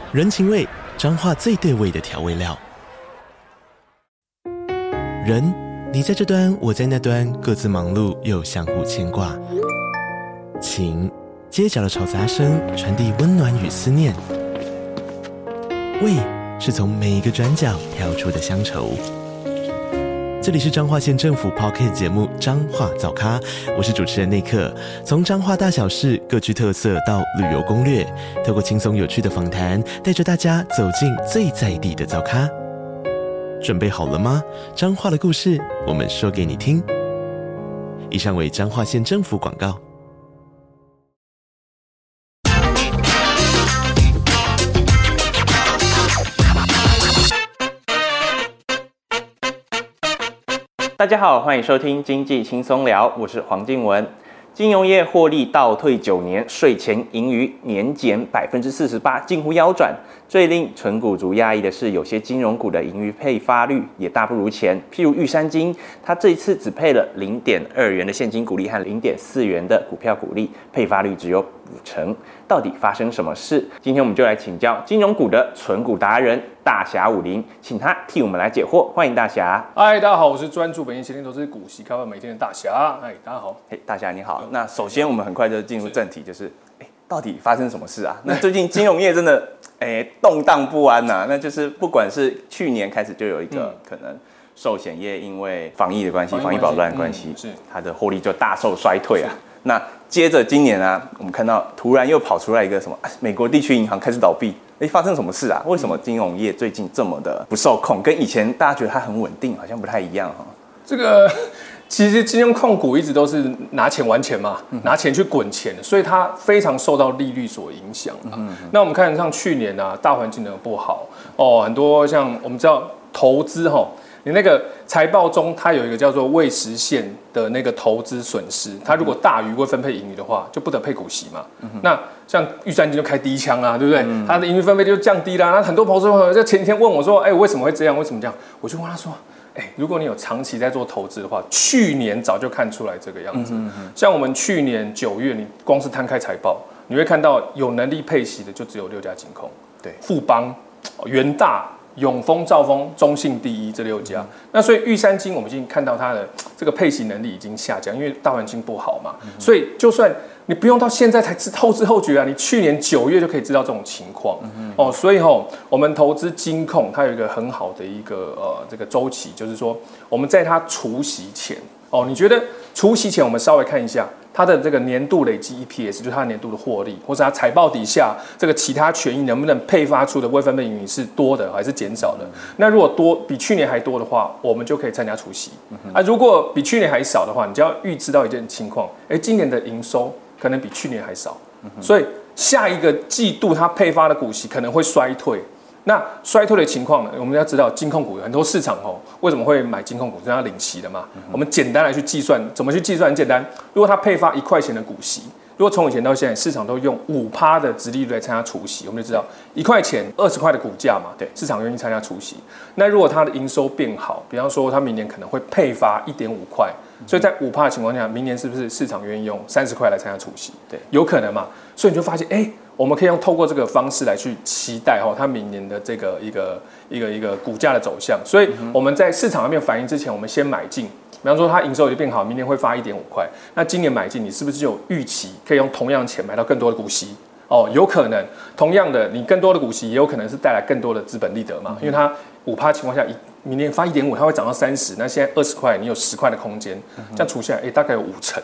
人情味，彰化最对味的调味料。人，你在这端，我在那端，各自忙碌又相互牵挂。情，街角的吵杂声传递温暖与思念。味，是从每一个转角跳出的乡愁。这里是彰化县政府 Podcast 节目《彰化早咖》，我是主持人内克。从彰化大小事各具特色到旅游攻略，透过轻松有趣的访谈，带着大家走进最在地的早咖。准备好了吗？彰化的故事，我们说给你听。以上为彰化县政府广告。 大家好，欢迎收听经济轻松聊，我是黄靖文。金融业获利倒退9年，税前盈余年减48%，近乎腰斩。最令纯股族压抑的是，有些金融股的盈余配发率也大不如前。譬如玉山金，它这一次只配了0.2元的现金股利和0.4元的股票股利，配发率只有50%。到底发生什么事？今天我们就来请教金融股的纯股达人大侠武林，请他替我们来解惑。欢迎大侠。 嗨，大家好，我是专注本业协定投资股息开发每天的大侠。嗨，大家好。 嘿，大侠你好。那首先我们很快就进入正题，就是到底发生什么事啊？那最近金融业真的动荡不安呐、那就是不管是去年开始就有一个可能寿险业因为防疫的关系、防疫保单的关系，它的获利就大受衰退啊。那接着今年啊，我们看到突然又跑出来一个什么美国地区银行开始倒闭，发生什么事啊？为什么金融业最近这么的不受控？跟以前大家觉得它很稳定，好像不太一样哈。 这个其实金融控股一直都是拿钱玩钱嘛，拿钱去滚钱，所以它非常受到利率所影响。那我们看像去年啊，大环境的不好哦，很多像我们知道投资哈。你那个财报中，它有一个叫做未实现的那个投资损失，它如果大于未分配盈余的话，就不得配股息嘛。那像玉山金就开第一枪啊，对不对？它的盈余分配就降低啦。那很多投资朋友在前几天问我说：“为什么会这样？为什么这样？”我就问他说：“如果你有长期在做投资的话，去年早就看出来这个样子。像我们去年9月，你光是摊开财报，你会看到有能力配息的就只有6家金控，对，富邦、元大。”永丰、兆丰、中信第一这6家，那所以玉山金我们已经看到它的这个配息能力已经下降，因为大环境不好嘛，所以就算你不用到现在才后知后觉啊，你去年9月就可以知道这种情况所以我们投资金控它有一个很好的一个这个周期，就是说我们在它除息前你觉得除息前我们稍微看一下它的这个年度累积 EPS， 就是它年度的获利，或者它财报底下这个其他权益能不能配发出的未分配盈余是多的还是减少的？那如果多比去年还多的话，我们就可以参加除息。如果比去年还少的话，你就要预知到一件情况，今年的营收可能比去年还少，所以下一个季度它配发的股息可能会衰退。那衰退的情况呢？我们要知道金控股很多市场为什么会买金控股？是要领息的嘛。我们简单来去计算，怎么去计算？很简单，如果它配发1块钱的股息，如果从以前到现在市场都用5%的殖利率来参加除息，我们就知道1块钱20块的股价嘛，对，市场愿意参加除息。那如果它的营收变好，比方说它明年可能会配发1.5块，所以在5%的情况下，明年是不是市场愿意用30块来参加除息？对，有可能嘛。所以你就发现，我们可以透过这个方式来去期待它明年的这个一个股价的走向。所以我们在市场上面反映之前，我们先买进。比方说它营收已经变好，明年会发1.5块，那今年买进，你是不是就有预期可以用同样的钱买到更多的股息？有可能。同样的，你更多的股息也有可能是带来更多的资本利得嘛，因为它5%情况下，明年发1.5，它会涨到30，那现在20块，你有10块的空间，这样除下来，大概有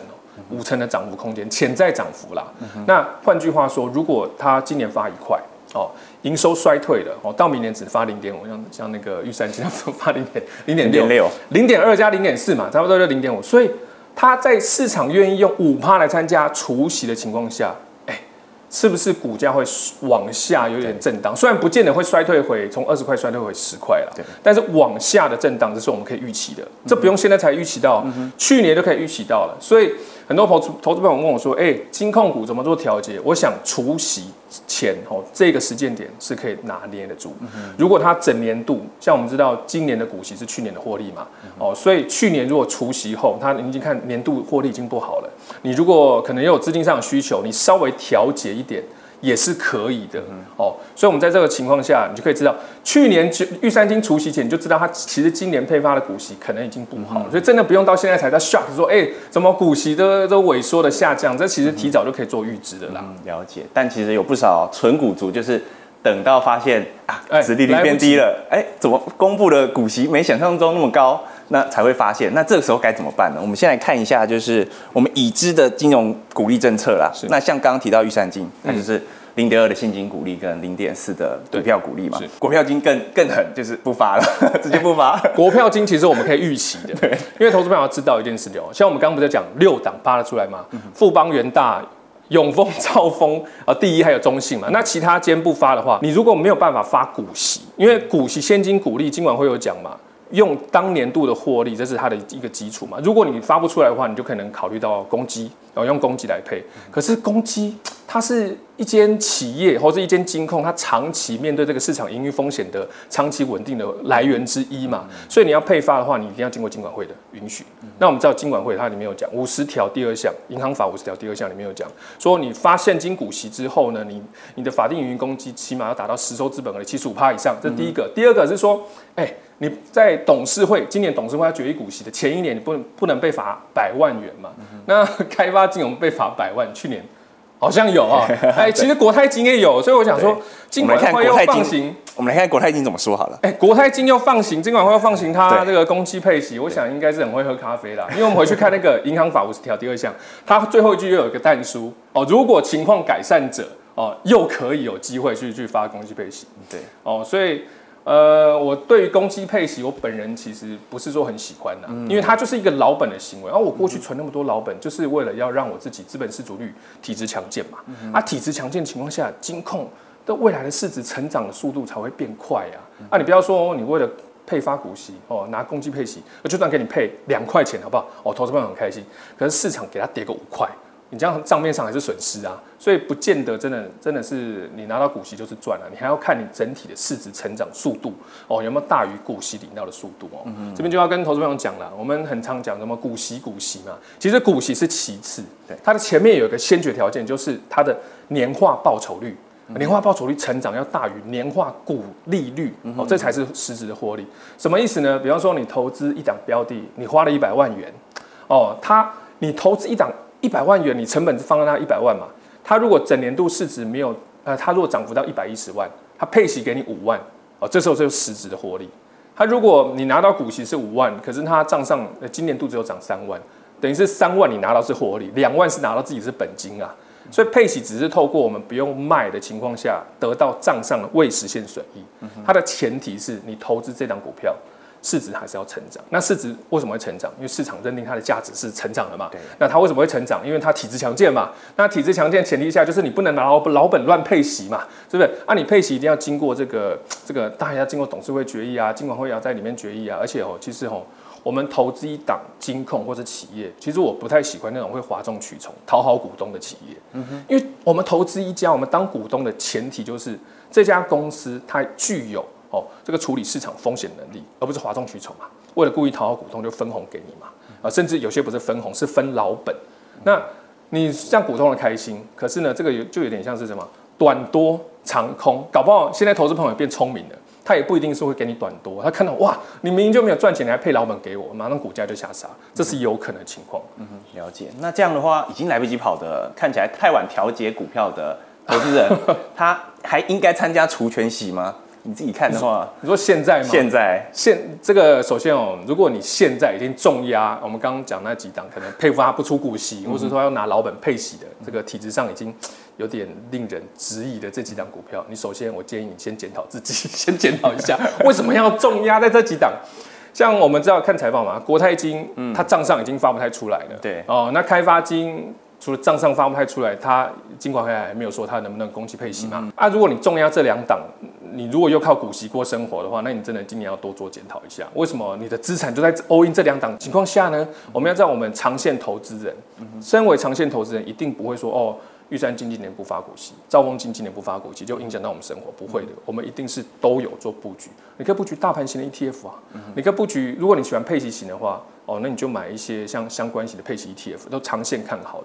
5%的涨幅空间，潜在涨幅啦。那换句话说，如果它今年发1块，营收衰退了到明年只发0.5，像那个玉山金发0.6， 0.2加0.4嘛，差不多就0.5。所以它在市场愿意用5%来参加除息的情况下，是不是股价会往下有点震荡？虽然不见得会衰退回从20块衰退回10块了，但是往下的震荡这是我们可以预期的，这不用现在才预期到，去年就可以预期到了。所以很多投资朋友问我说：“金控股怎么做调节？”我想除息前这个时间点是可以拿捏得住。如果它整年度，像我们知道今年的股息是去年的获利嘛，所以去年如果除息后，它已经看年度获利已经不好了。你如果可能也有资金上的需求，你稍微调节一点， 也是可以的哦。所以我们在这个情况下，你就可以知道，去年玉山金除息前，你就知道它其实今年配发的股息可能已经不好了，所以真的不用到现在才在 shock 说，怎么股息都萎缩的下降，这其实提早就可以做预知的啦。 了解，但其实有不少存股族就是等到发现殖利率变低了，怎么公布的股息没想象中那么高？那才会发现，那这个时候该怎么办呢？我们先来看一下，就是我们已知的金融股利政策啦。那像刚刚提到玉山金，它就是0.2的现金股利跟0.4的股票股利嘛。国票金更狠，就是不发了，直接不发。 国票金其实我们可以预期的，因为投资朋友要知道一件事情，像我们刚刚不是讲6档发了出来嘛，富邦、元大、永丰、兆丰第一还有中信嘛，那其他间不发的话，你如果没有办法发股息，因为股息现金股利今晚会有讲嘛。用当年度的获利，这是它的一个基础嘛。如果你发不出来的话，你就可能考虑到公积，用公积来配。可是公积它是一间企业或是一间金控，它长期面对这个市场盈余风险的长期稳定的来源之一嘛。所以你要配发的话，你一定要经过金管会的允许。那我们知道金管会它里面有讲50条第2项，银行法50条第2项里面有讲，说你发现金股息之后呢，你的法定营运公积起码要达到实收资本额的75%以上，这是第一个。第二个是说，你在董事会今年董事会要决议股息的前一年，你不能被罚100万元嘛？那开发金融被罚100万，去年好像有其实国泰金也有，所以我想说，金管会又放行， 我们来看国泰金怎么说好了。 国泰金又放行，金管会又放行它这个公积配息，我想应该是很会喝咖啡啦。因为我们回去看那个银行法50条第2项，它最后一句又有一个但书如果情况改善者又可以有机会去发公积配息。对所以。我对于公积配息，我本人其实不是说很喜欢的，因为它就是一个老本的行为。我过去存那么多老本，就是为了要让我自己资本适足率体质强健嘛。体质强健的情况下，金控的未来的市值成长的速度才会变快啊。你不要说你为了配发股息拿公积配息，就算给你配2块钱，好不好？投资朋友很开心，可是市场给他跌个5块。你这样账面上还是损失啊，所以不见得真的是你拿到股息就是赚了，你还要看你整体的市值成长速度有没有大于股息领到的速度这边就要跟投资朋友讲了，我们很常讲什么股息嘛，其实股息是其次，它的前面有一个先决条件，就是它的年化报酬率。年化报酬率成长要大于年化股利率这才是实质的获利。什么意思呢？比方说你投资一档标的，你花了100万元你投资一档100万元，你成本放在那100万嘛，它如果整年度市值没有它如果涨幅到110万，它配息给你5万这时候就是实质的获利。它如果你拿到股息是5万，可是它账上今年度只有涨3万，等于是3万你拿到是获利，2万是拿到自己是本金啊。所以配息只是透过我们不用卖的情况下得到账上的未实现损益，它的前提是你投资这档股票市值还是要成长。那市值为什么会成长？因为市场认定它的价值是成长的嘛。那它为什么会成长？因为它体质强健嘛。那体质强健前提下就是你不能拿老本乱配息嘛，是不是？你配息一定要经过这个当然要经过董事会决议啊，金管会也要在里面决议啊。而且其实我们投资一档金控或者企业，其实我不太喜欢那种会哗众取宠、讨好股东的企业。因为我们投资一家，我们当股东的前提就是这家公司它具有这个处理市场风险能力，而不是哗众取宠嘛。为了故意讨好股东，就分红给你嘛。甚至有些不是分红，是分老本。那你让股东的开心，可是呢，这个就有点像是什么短多长空，搞不好现在投资朋友也变聪明了。他也不一定是会给你短多，他看到哇，你明明就没有赚钱，你还配老本给我，马上股价就下杀，这是有可能的情况。 了解。那这样的话，已经来不及跑的，看起来太晚调节股票的投资人，他还应该参加除权息吗？你自己看的话， 你说现在吗？这个首先如果你现在已经重压，我们刚刚讲那几档可能配发不出股息，或是说要拿老本配息的，这个体质上已经有点令人质疑的这几档股票，你首先我建议你先检讨自己，先检讨一下为什么要重压在这几档。像我们知道看财报嘛，国泰金它账上已经发不太出来了， 对那开发金除了账上发不太出来，它金管会还没有说它能不能公积配息嘛。如果你重压这2档，你如果又靠股息过生活的话，那你真的今年要多做检讨一下，为什么你的资产就在 all in 这2档情况下呢？我们要知道，我们长线投资人，身为长线投资人，一定不会说玉山金今年不发股息，兆丰金今年不发股息，就影响到我们生活，不会的。我们一定是都有做布局。你可以布局大盘型的 ETF 啊，你可以布局，如果你喜欢配息型的话，那你就买一些像相关型的配息 ETF，都长线看好的。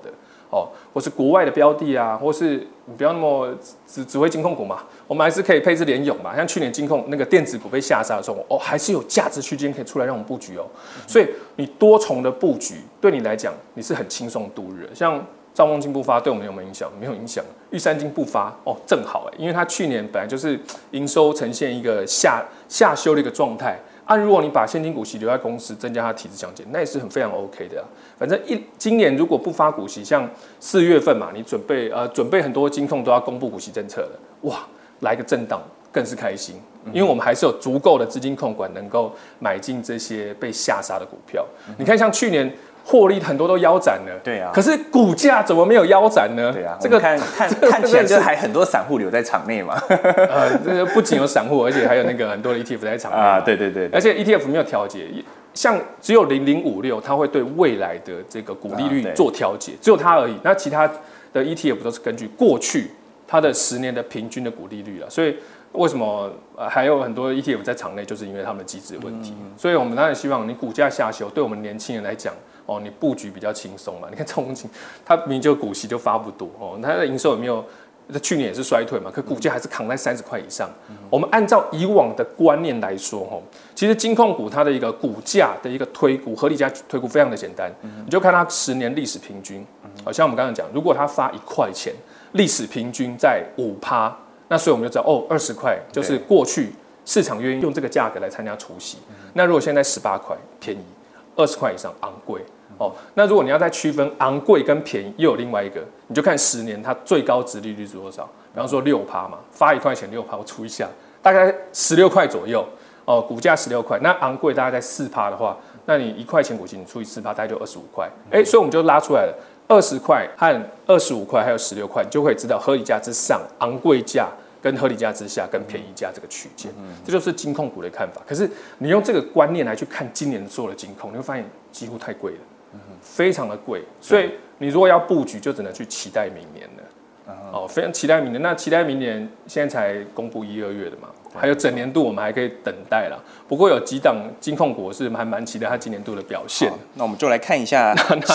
或是国外的标的啊，或是你不要那么只会金控股嘛，我们还是可以配置联咏嘛。像去年金控那个电子股被下杀的时候，还是有价值区间可以出来让我们布局哦。所以你多重的布局对你来讲，你是很轻松度日的。像兆丰金不发对我们有没有影响？没有影响。玉山金不发正好因为它去年本来就是营收呈现一个下修的一个状态。如果你把现金股息留在公司，增加它体质强减，那也是非常 OK 的反正今年如果不发股息，像4月份嘛，你准备很多金控都要公布股息政策了，哇，来个震荡更是开心，因为我们还是有足够的资金控管，能够买进这些被下杀的股票。你看，像去年获利很多都腰斩了， 对啊， 可是股价怎么没有腰斩呢？ 对啊，这个看起来就还很多散户留在场内嘛。 这个不仅有散户，而且还有那个很多的 ETF 在场内对， 而且 ETF 没有调节，像只有0056，它会对未来的这个股利率做调节，只有它而已。那其他的 ETF 都是根据过去它的10年的平均的股利率了，所以为什么还有很多 ETF 在场内，就是因为他们的机制问题。所以我们当然希望你股价下修，对我们年轻人来讲，你布局比较轻松嘛。你看兆丰金，它明明就股息就发不多它的营收有没有？去年也是衰退嘛，可股价还是扛在30块以上。我们按照以往的观念来说，其实金控股它的一个股价的一个推估，合理价推估非常的简单，你就看它10年历史平均。好像我们刚刚讲，如果它发1块钱，历史平均在5%，那所以我们就知道20块就是过去市场愿意用这个价格来参加除息。那如果现在18块便宜，20块以上昂贵。那如果你要再区分昂贵跟便宜，又有另外一个，你就看10年它最高殖利率是多少。比方说6%嘛，发1块钱6%，我除一下，大概16块左右。股价16块，那昂贵大概在4%的话，那你1块钱股息你除以4%，大概就25块。所以我们就拉出来了20块和25块，还有16块，你就可以知道合理价之上、昂贵价跟合理价之下跟便宜价这个区间。这就是金控股的看法。可是你用这个观念来去看今年所有的金控，你会发现几乎太贵了。非常的贵，所以你如果要布局，就只能去期待明年了。非常期待明年。那期待明年，现在才公布1、2月的嘛，还有整年度我们还可以等待啦。不过有几档金控股是还蛮期待它今年度的表现。 那我们就来看一下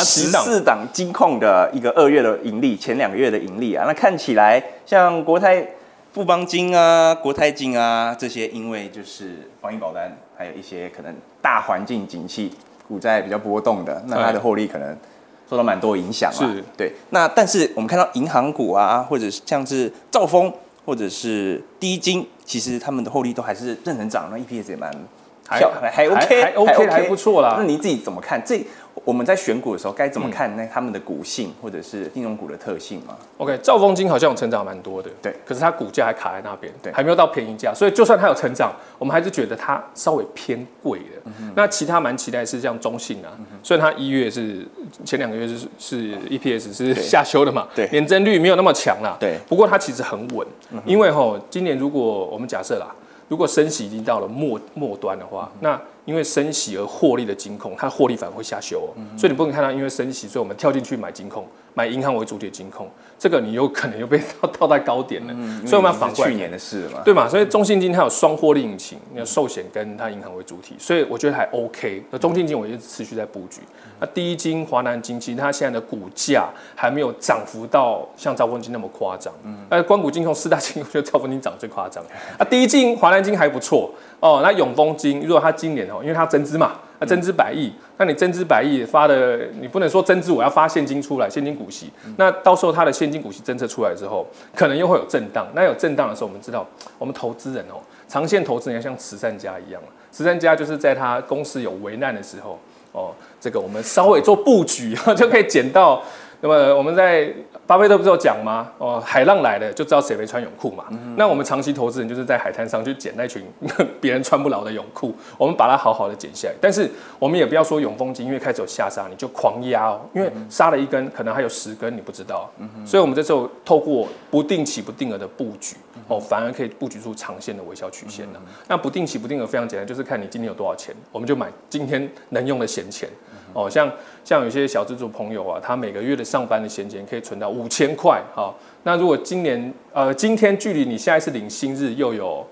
14档金控的一个2月的盈利，前2个月的盈利啊。那看起来像国泰富邦金啊、国泰金啊这些，因为就是防疫保单，还有一些可能大环境景气。股债比较波动的，那它的获利可能受到蛮多影响啦。对。那但是我们看到银行股啊，或者像是兆丰，或者是低金，其实他们的获利都还是正成长，那 EPS 也还 OK， 还不错啦。 那你自己怎么看？我们在选股的时候该怎么看他们的股性或者是金融股的特性吗 ？OK， 兆丰金好像有成长蛮多的，对，可是它股价还卡在那边，对，还没有到便宜价，所以就算它有成长，我们还是觉得它稍微偏贵的。那其他蛮期待是像中信啊，虽然它1月是前2个月是 EPS 是下修的嘛，对，年增率没有那么强啦，对，不过它其实很稳，因为今年如果我们假设啦，如果升息已经到了末端的话，那因为升息而获利的金控，它获利反而会下修所以你不能看到因为升息，所以我们跳进去买金控，买银行为主体的金控，这个你有可能又被套在高点了。所以我们要反过来， 去年的事嘛， 对嘛？所以中信金它有双获利引擎，寿险跟它银行为主体，所以我觉得还 OK。那中信金我一直持续在布局。那第一金、华南金，其实它现在的股价还没有涨幅到像兆丰金那么夸张。光谷金控4大金，我觉得兆丰金涨最夸张。第一金、华南金还不错那永丰金，如果它今年因为它增资嘛，增资100亿，那你增资100亿发的，你不能说增资我要发现金出来，现金股息，那到时候它的现金股息政策出来之后，可能又会有震荡。那有震荡的时候，我们知道我们投资人长线投资人要像慈善家一样，慈善家就是在他公司有危难的时候这个我们稍微做布局就可以捡到。那么我们在巴菲特不是有讲吗？海浪来了就知道谁没穿泳裤嘛。那我们长期投资人就是在海滩上去捡那群别人穿不牢的泳裤，我们把它好好的捡下来。但是我们也不要说永丰金因为开始有下杀你就狂压因为杀了1根可能还有10根你不知道。所以我们这时候透过不定期不定额的布局反而可以布局出长线的微笑曲线那不定期不定额非常简单，就是看你今天有多少钱，我们就买今天能用的闲钱。像有些小资族朋友他每个月的上班的闲钱可以存到5000块那如果今天距离你下一次领薪日又有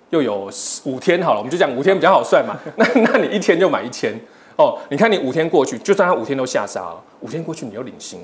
5天好了，我们就讲5天比较好算嘛。那你1天就买1000你看你5天过去，就算他5天都下杀了，5天过去你又领薪嘞。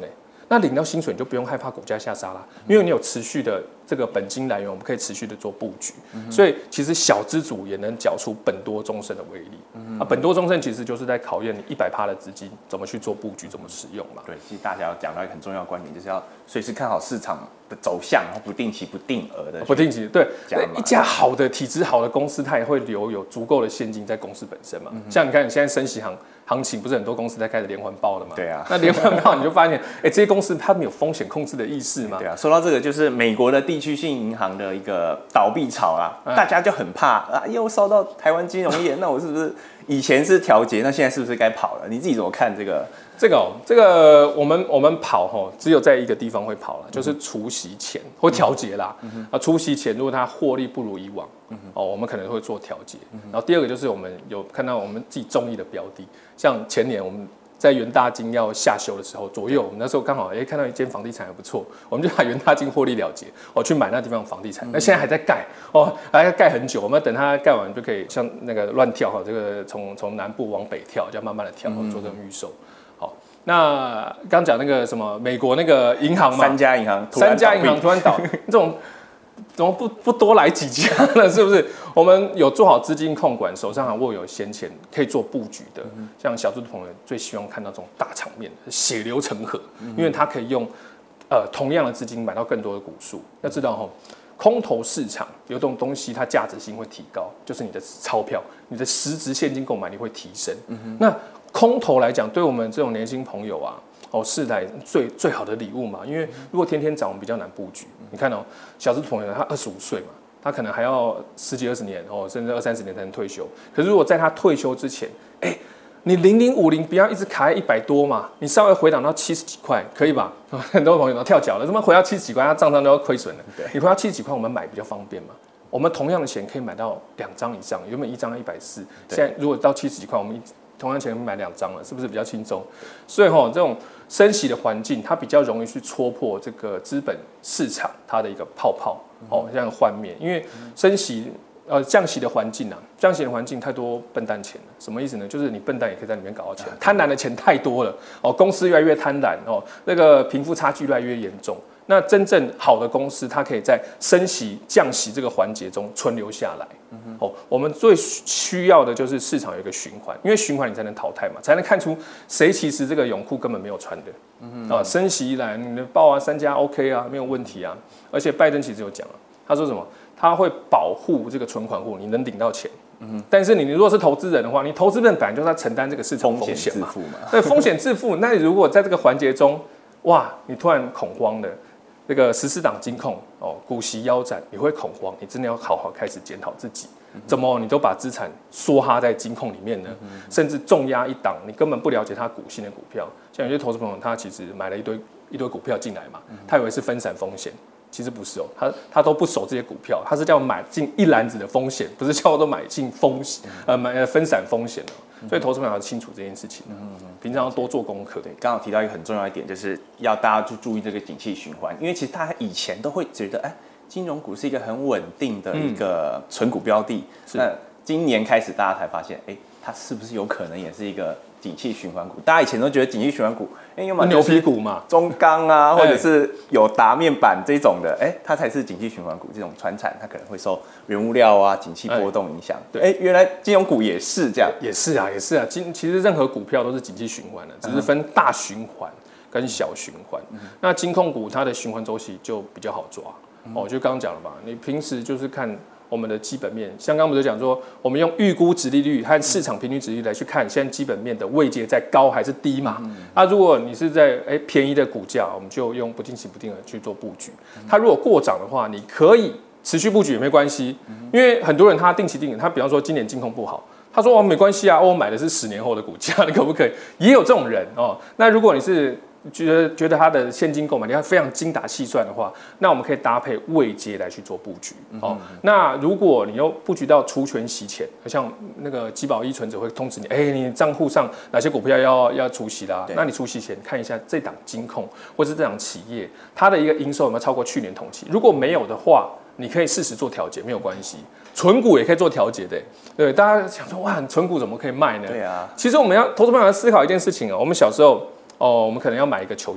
那领到薪水你就不用害怕股价下杀啦，因为你有持续的这个本金来源，我们可以持续的做布局。所以其实小资主也能缴出本多终身的威力。本多终身其实就是在考验你100%的资金怎么去做布局，怎么使用嘛。 对，其实大家要讲到一个很重要的观点，就是要随时看好市场的走向，然后不定期、不定额的。 不定期，对，一家好的体质好的公司，它也会留有足够的现金在公司本身嘛。像你看，你现在升息行情，不是很多公司在开始连环爆了嘛？ 对啊。 那连环爆你就发现，这些公司它没有风险控制的意识嘛？ 对啊。说到这个，就是美国的地区性银行的一个倒闭潮啊，大家就很怕啊，又烧到台湾金融业，那我是不是以前是调节，那现在是不是该跑了？你自己怎么看这个？ 这个我们跑只有在一个地方会跑了，就是除息前会调节啦。除息前如果它获利不如以往，我们可能会做调节。然后第二个就是我们有看到我们自己中意的标的，像前年我们在元大金要下修的时候左右，我们那时候刚好看到一间房地产还不错，我们就把元大金获利了结，去买那地方的房地产。那现在还在盖还要盖很久，我们要等它盖完就可以像那个乱跳这个从南部往北跳，就要慢慢的跳做这种预售。那刚讲那个什么美国那个银行嘛， 三家银行突然倒，这种怎么不多来几家了？是不是？我们有做好资金控管，手上还握有闲钱可以做布局的，像小资朋友最希望看到这种大场面，血流成河，因为他可以用同样的资金买到更多的股数。要知道空头市场有种东西，它价值性会提高，就是你的钞票，你的实质现金购买力会提升。那空头来讲，对我们这种年轻朋友啊，是来最好的礼物嘛。因为如果天天涨，我们比较难布局。你看小资朋友他25岁嘛，他可能还要10几20年甚至20-30年才能退休。可是如果在他退休之前，你0050不要一直卡在100多嘛，你稍微回档到70几块，可以吧？很多朋友都跳脚了，怎么回到70几块，他账上都要亏损了。你回到70几块，我们买比较方便嘛。我们同样的钱可以买到2张以上，原本1张140，现在如果到70几块，我们同样钱买2张了，是不是比较轻松？所以这种升息的环境，它比较容易去戳破这个资本市场它的一个泡泡这样幻灭。因为升息降息的环境降息的环境太多笨蛋钱了。什么意思呢？就是你笨蛋也可以在里面搞到钱，贪婪的钱太多了公司越来越贪婪那个贫富差距越来越严重。那真正好的公司，它可以在升息、降息这个环节中存留下来。我们最需要的就是市场有一个循环，因为循环你才能淘汰嘛，才能看出谁其实这个泳裤根本没有穿的。升息一来，你的报3家 OK 啊，没有问题啊。而且拜登其实有讲了，他说什么？他会保护这个存款户，你能领到钱。但是你如果是投资人的话，你投资人本来就是要承担这个市场风险嘛，对，风险自负。那你如果在这个环节中，哇，你突然恐慌了。这个14档金控股息腰斩，你会恐慌，你真的要好好开始检讨自己，怎么你都把资产梭哈在金控里面呢？甚至重压一档，你根本不了解它股性的股票。像有些投资朋友，他其实买了一堆股票进来嘛，他以为是分散风险，其实不是他都不守这些股票，他是叫买进一篮子的风险，不是叫我都买进分散风险的。所以投资朋友要清楚这件事情，平常要多做功课。 对，刚好提到一个很重要一点，就是要大家去注意这个景气循环，因为其实大家以前都会觉得，金融股是一个很稳定的一个存股标的，那今年开始大家才发现，它是不是有可能也是一个景气循环股？大家以前都觉得景气循环股，要么牛皮股嘛， 中钢啊，或者是有达面板这种的，它才是景气循环股。这种传产它可能会受原物料啊、景气波动影响。对，原来金融股也是这样。 也是啊。其实任何股票都是景气循环的，只是分大循环跟小循环。那金控股它的循环周期就比较好抓。就刚刚讲了吧，你平时就是看我们的基本面，像刚刚我们就讲说，我们用预估殖利率和市场平均殖利率来去看现在基本面的位阶在高还是低嘛。如果你是在便宜的股价，我们就用不定期不定额去做布局。它如果过涨的话，你可以持续布局也没关系，因为很多人他定期定额，他比方说今年金控不好，他说没关系啊，我买的是10年后的股价，你可不可以？也有这种人那如果你是觉得它的现金购买力非常精打细算的话，那我们可以搭配位阶来去做布局。那如果你又布局到除权息前，像那个集保依存者会通知你，你账户上哪些股票要除息啦？那你除息前看一下这档金控或是这档企业，它的一个营收有没有超过去年同期？如果没有的话，你可以适时做调节，没有关系。存股也可以做调节的，对，大家想说哇，存股怎么可以卖呢？ 对啊， 其实我们投资朋友要思考一件事情我们小时候我们可能要买一个球鞋，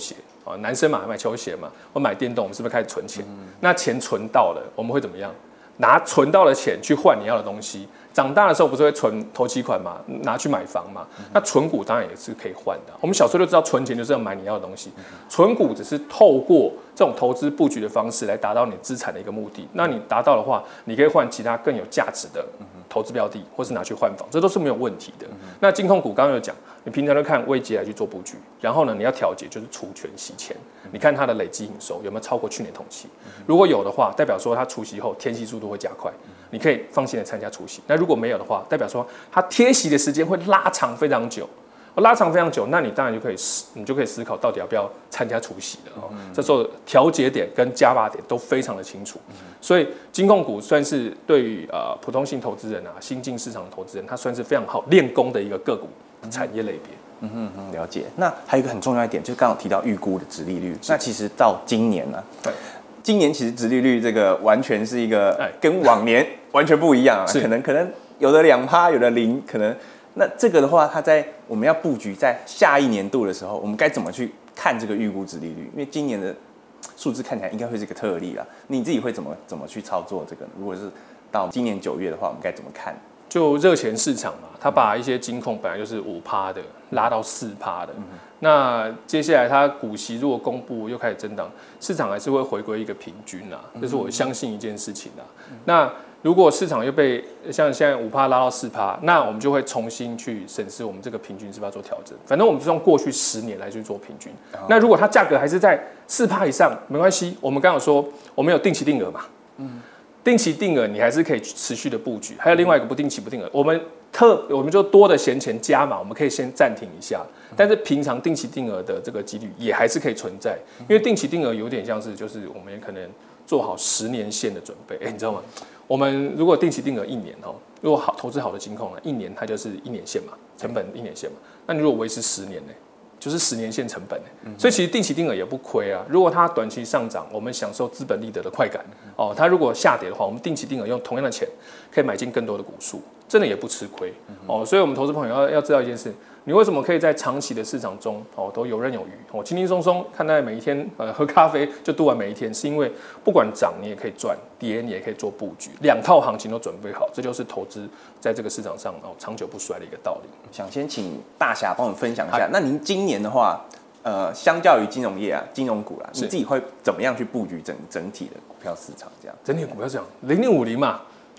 男生嘛买球鞋嘛，或买电动，我们是不是开始存钱？那钱存到了，我们会怎么样？拿存到的钱去换你要的东西。长大的时候不是会存头期款嘛，拿去买房嘛？那存股当然也是可以换的。我们小时候就知道存钱就是要买你要的东西，存股只是透过这种投资布局的方式来达到你资产的一个目的。那你达到的话，你可以换其他更有价值的投资标的，或是拿去换房，这都是没有问题的。那金控股刚刚有讲，你平常就看位阶来去做布局，然后呢，你要调节就是除权息前，你看它的累积营收有没有超过去年同期，如果有的话，代表说它除息后填息速度会加快，你可以放心的参加除息。那如果没有的话，代表说它贴息的时间会拉长非常久，拉长非常久，那你当然就可以思考到底要不要参加除息了。这时候调节点跟加码点都非常的清楚，所以金控股算是对于普通性投资人新进市场的投资人，它算是非常好练功的一个个股产业类别。 了解。那还有一个很重要一点，就是刚刚提到预估的殖利率。那其实到今年呢，今年其实殖利率这个完全是一个跟往年完全不一样可能有的2%，有的0%，可能那这个的话，它在我们要布局在下一年度的时候，我们该怎么去看这个预估殖利率？因为今年的数字看起来应该会是一个特例啦，你自己会怎么去操作这个呢？如果是到今年9月的话，我们该怎么看？ 就热钱市场嘛，它把一些金控本来就是5%的拉到4%的，那接下来它股息如果公布又开始震荡，市场还是会回归一个平均啦，这是我相信一件事情啦。那如果市场又被像现在5%拉到4%，那我们就会重新去审视我们这个平均是不是要做调整。反正我们是用过去10年来去做平均。那如果它价格还是在4%以上，没关系，我们刚刚有说我们有定期定额嘛，定期定额你还是可以持续的布局。还有另外一个不定期不定额，我们就多的闲钱加码，我们可以先暂停一下。但是平常定期定额的这个几率也还是可以存在，因为定期定额有点像是就是我们也可能做好10年线的准备。你知道吗？我们如果定期定额1年如果投资好的金控呢，1年它就是1年线嘛，成本1年线嘛。那你如果维持10年呢？就是10年线成本所以其实定期定额也不亏啊。如果它短期上涨，我们享受资本利得的快感它如果下跌的话，我们定期定额用同样的钱可以买进更多的股数，真的也不吃亏所以我们投资朋友要知道一件事，你为什么可以在长期的市场中都游刃有余轻轻松松看待每一天喝咖啡就度完每一天，是因为不管涨你也可以赚，跌你也可以做布局，2套行情都准备好，这就是投资在这个市场上长久不衰的一个道理。 想先请大侠帮我们分享一下，那您今年的话相较于金融业金融股你自己会怎么样去布局整体的股票市场？这样整体的股票市场0050嘛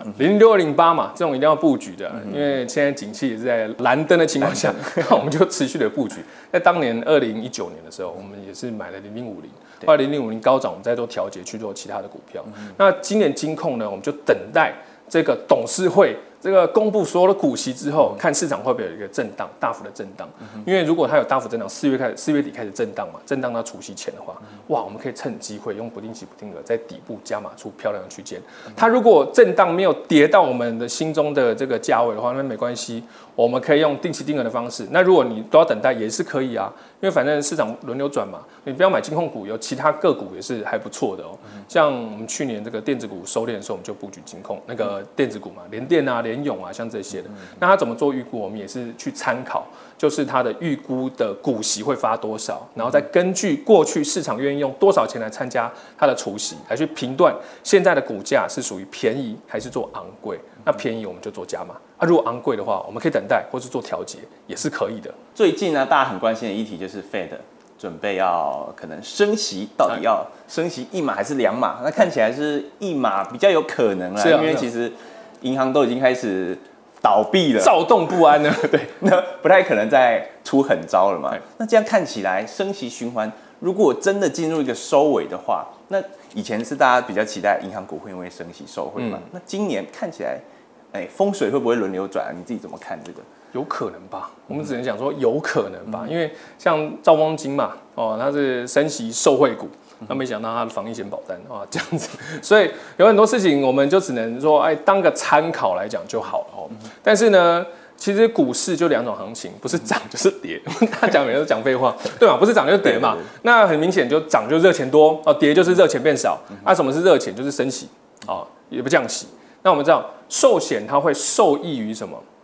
，0628嘛，这种一定要布局的，因为现在景气也是在蓝灯的情况下，那我们就持续的布局。在当年2019年的时候，我们也是买了0050，后来0050高涨，我们再做调节去做其他的股票。那今年金控呢，我们就等待这个董事会这个公布所有的股息之后，看市场会不会有一个震荡，大幅的震荡。因为如果它有大幅震荡，4月底开始震荡嘛，震荡到除息前的话，哇，我们可以趁机会用不定期不定额在底部加码出漂亮的区间。它如果震荡没有跌到我们的心中的这个价位的话，那没关系，我们可以用定期定额的方式。那如果你都要等待也是可以啊，因为反正市场轮流转嘛，你不要买金控股，有其他个股也是还不错的像我们去年这个电子股收敛的时候，我们就布局金控那个电子股嘛，联电联咏像这些的。那它怎么做预估，我们也是去参考，就是它的预估的股息会发多少，然后再根据过去市场愿意用多少钱来参加它的除息，来去评断现在的股价是属于便宜还是做昂贵。那便宜我们就做加码如果昂贵的话，我们可以等待或是做调节，也是可以的。 最近呢，大家很关心的议题就是 Fed 准备要可能升息，到底要升息1码还是2码？那看起来是1码比较有可能因为其实银行都已经开始倒闭了， 躁动不安了对，那不太可能再出狠招了嘛。那这样看起来，升息循环如果真的进入一个收尾的话，那以前是大家比较期待银行股会因为升息受惠嘛？那今年看起来，风水会不会轮流转？你自己怎么看这个？ 有可能吧，我们只能讲说有可能吧，因为像兆丰金嘛，它是升息受惠股，那没想到它的防疫险保单这样子，所以有很多事情我们就只能说，当个参考来讲就好了但是呢，其实股市就2种行情，不是涨就是跌。大家讲每个都讲废话，对嘛？不是涨就是跌嘛。那很明显，就涨就热钱多跌就是热钱变少。什么是热钱？就是升息也不降息。那我们知道，寿险它会受益于什么？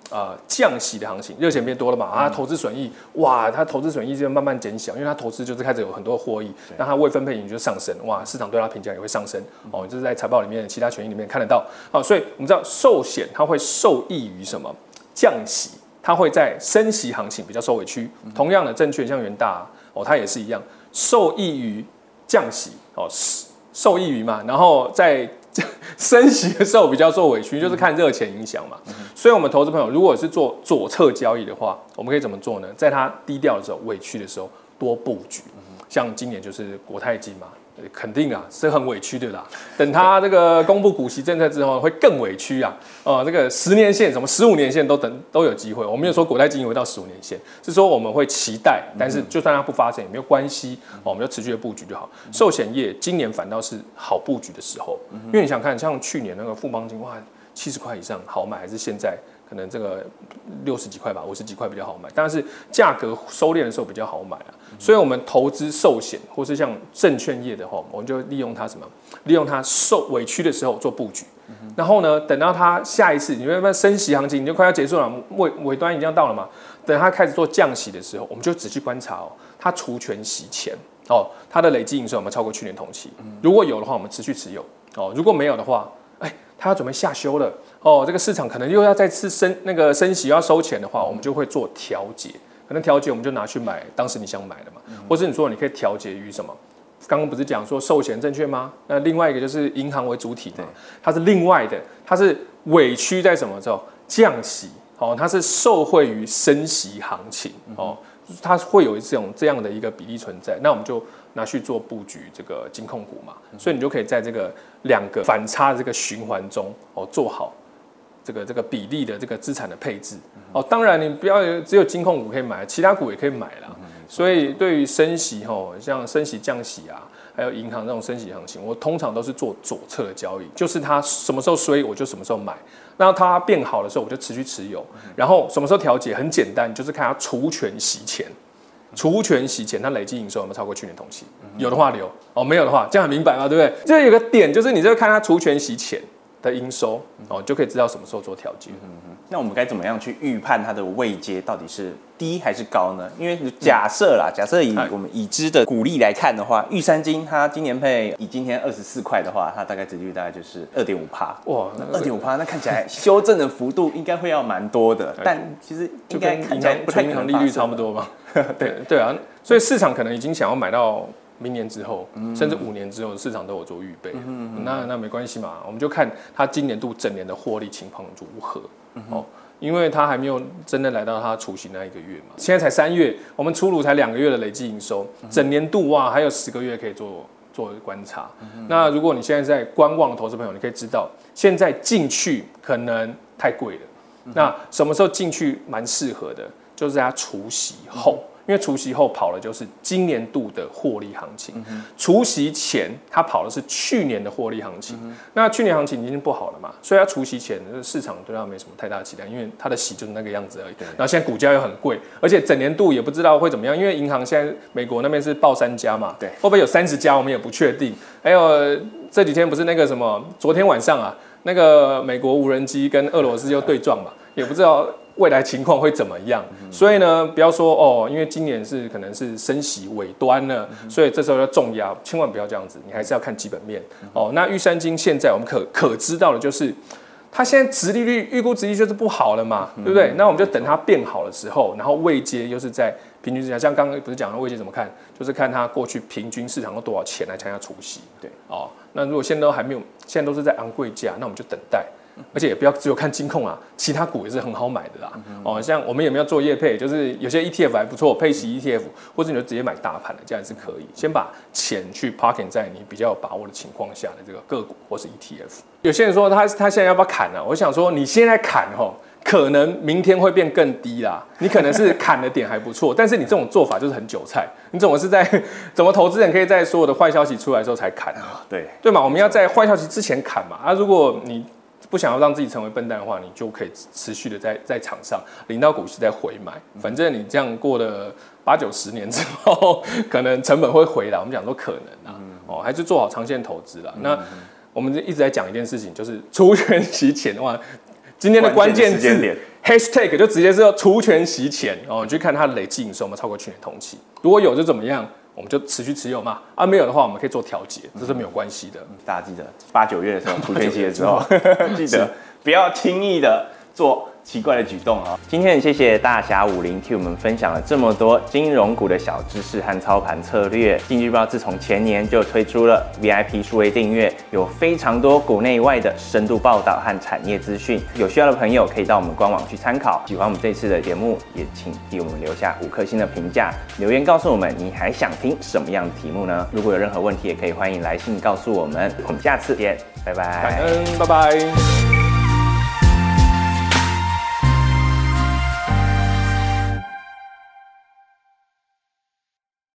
降息的行情，热钱变多了嘛，啊，投资损益，哇，它投资损益就慢慢减小，因为它投资就是开始有很多获益，那它未分配盈余就上升，哇，市场对它评价也会上升，哦，就是在财报里面其他权益里面看得到，啊，所以我们知道寿险它会受益于什么降息，它会在升息行情比较受委屈，同样的证券像元大哦，它也是一样受益于降息哦，受益于嘛，然后在升息的时候比较受委屈，就是看热钱影响嘛。所以，我们投资朋友如果是做左侧交易的话，我们可以怎么做呢？在它低调的时候、委屈的时候多布局。像今年就是国泰金嘛，肯定啊是很委屈的啦。等它这个公布股息政策之后，会更委屈啊。这个10年线、什么15年线都有机会。我没有说国泰金会到15年线，是说我们会期待，但是就算它不发生也没有关系，我们就持续的布局就好。寿险业今年反倒是好布局的时候，因为你想看，像去年那个富邦金，哇，70块以上好买，还是现在可能这个60几块吧，50几块比较好买，但是价格收敛的时候比较好买啊。所以我们投资寿险或是像证券业的话，我们就利用它什么？利用它受委屈的时候做布局。然后呢，等到它下一次，你会发现升息行情，你就快要结束了，尾端已经到了嘛。等它开始做降息的时候，我们就仔细观察哦，它除权息前哦，它的累积营收有没有超过去年同期？如果有的话，我们持续持有哦；如果没有的话，它要准备下修了哦，这个市场可能又要再次升息要收钱的话，我们就会做调节。可能调节我们就拿去买当时你想买的嘛，或是你说你可以调节于什么？刚刚不是讲说寿险证券吗？那另外一个就是银行为主体嘛，它是另外的，它是委屈在什么时候？降息哦，它是受惠于升息行情哦，它会有这样的一个比例存在，那我们就拿去做布局这个金控股嘛，所以你就可以在这个两个反差的这个循环中哦做好这个比例的这个资产的配置哦，当然你不要只有金控股可以买，其他股也可以买啦。所以对于升息像升息降息啊，还有银行这种升息行情，我通常都是做左侧的交易，就是它什么时候衰我就什么时候买，那它变好的时候我就持续持有，然后什么时候调节很简单，就是看它除权息前。除权息前，它累计营收有没有超过去年同期？有的话留哦，没有的话，这样很明白嘛，对不对？这有个点就是你就看它除权息前的营收哦，就可以知道什么时候做调节。 那我们该怎么样去预判它的位阶到底是低还是高呢？因为假设以我们已知的股利来看的话，玉山金它今年配以今天24块的话，它大概殖利率大概就是2.5%。哇，那2.5%，那看起来修正的幅度应该会要蛮多的，但其实应该看起来不太可能利率差不多嘛。对啊，所以市场可能已经想要买到明年之后，甚至5年之后，市场都有做预备。那没关系嘛，我们就看它今年度整年的获利情况如何。因为它还没有真的来到它除息那1个月嘛，现在才3月，我们出炉才2个月的累计营收，整年度哇还有10个月可以做观察。那如果你现在在观望的投资朋友，你可以知道现在进去可能太贵了。那什么时候进去蛮适合的？就是在它除息后。因为除息后跑的就是今年度的获利行情，除息前它跑的是去年的获利行情。那去年行情已经不好了嘛，所以它除息前市场对它没什么太大的期待，因为它的息就是那个样子而已。然后现在股价又很贵，而且整年度也不知道会怎么样，因为银行现在美国那边是报3家嘛，对，会不会有30家我们也不确定。还有这几天不是那个什么，昨天晚上啊，那个美国无人机跟俄罗斯又对撞嘛，也不知道未来情况会怎么样？所以呢，不要说因为今年可能是升息尾端了，所以这时候要重压，千万不要这样子，你还是要看基本面哦。那玉山金现在我们可知道的就是，它现在殖利率预估殖利率就是不好了嘛，对不对？那我们就等它变好的时候，然后位阶又是在平均之下，像刚刚不是讲的位阶怎么看，就是看它过去平均市场用多少钱来参加除息。对哦，那如果现在都还没有，现在都是在昂贵价，那我们就等待。而且也不要只有看金控啊，其他股也是很好买的啦。像我们有没有做业配，就是有些 ETF 还不错，配息 ETF， 或者你就直接买大盘的，这样也是可以。先把钱去 parking 在你比较有把握的情况下的这个个股或是 ETF。有些人说他现在要不要砍啊？我想说你现在砍可能明天会变更低啦。你可能是砍的点还不错，但是你这种做法就是很韭菜。你怎么投资人可以在所有的坏消息出来的时候才砍啊？对嘛？我们要在坏消息之前砍嘛。如果你不想要让自己成为笨蛋的话，你就可以持续的在场上领到股息再回买，反正你这样过了8、9、10年之后，可能成本会回来。我们讲说可能还是做好长线投资啦。那我们一直在讲一件事情，就是除权息前的话，今天的关键字 hashtag 就直接是除权息前哦，你去看它的累计营收有没有超过去年同期，如果有就怎么样，我们就持续持有嘛。啊，没有的话我们可以做调节，这是没有关系的。 大家记得8、9月的时候除权息的时候，记得不要轻易的做奇怪的举动啊！今天很谢谢大侠50替我们分享了这么多金融股的小知识和操盘策略。经济日报自从前年就推出了 VIP 数位订阅，有非常多国内外的深度报道和产业资讯。有需要的朋友可以到我们官网去参考。喜欢我们这次的节目，也请替我们留下5颗星的评价，留言告诉我们你还想听什么样的题目呢？如果有任何问题，也可以欢迎来信告诉我们。我们下次见，拜拜。 感恩，拜拜。